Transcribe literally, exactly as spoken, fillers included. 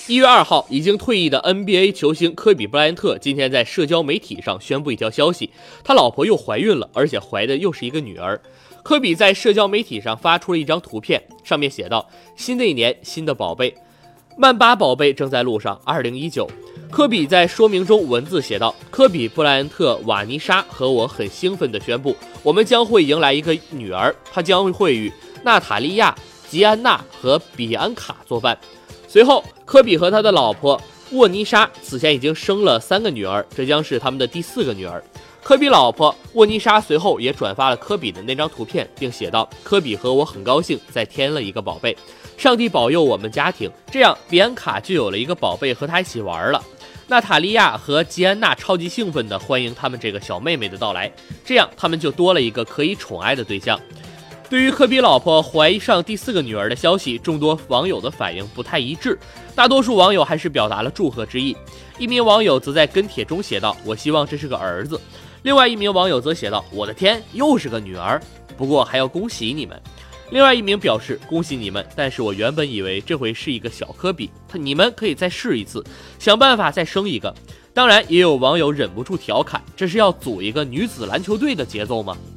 一月二号，已经退役的 N B A 球星科比布莱恩特今天在社交媒体上宣布一条消息，他老婆又怀孕了，而且怀的又是一个女儿。科比在社交媒体上发出了一张图片，上面写道：新的一年，新的宝贝，曼巴宝贝正在路上，二零一九。科比在说明中文字写道：科比布莱恩特瓦妮莎和我很兴奋地宣布，我们将会迎来一个女儿，她将会与娜塔莉亚、吉安娜和比安卡作伴。随后，科比和他的老婆沃妮莎此前已经生了三个女儿，这将是他们的第四个女儿。科比老婆沃妮莎随后也转发了科比的那张图片，并写道：科比和我很高兴再添了一个宝贝，上帝保佑我们家庭，这样比安卡就有了一个宝贝和他一起玩了。娜塔莉亚和吉安娜超级兴奋地欢迎他们这个小妹妹的到来，这样他们就多了一个可以宠爱的对象。对于科比老婆怀上第四个女儿的消息，众多网友的反应不太一致，大多数网友还是表达了祝贺之意。一名网友则在跟帖中写道：我希望这是个儿子。另外一名网友则写道：我的天，又是个女儿，不过还要恭喜你们。另外一名表示：恭喜你们，但是我原本以为这回是一个小科比，你们可以再试一次，想办法再生一个。当然也有网友忍不住调侃，这是要组一个女子篮球队的节奏吗？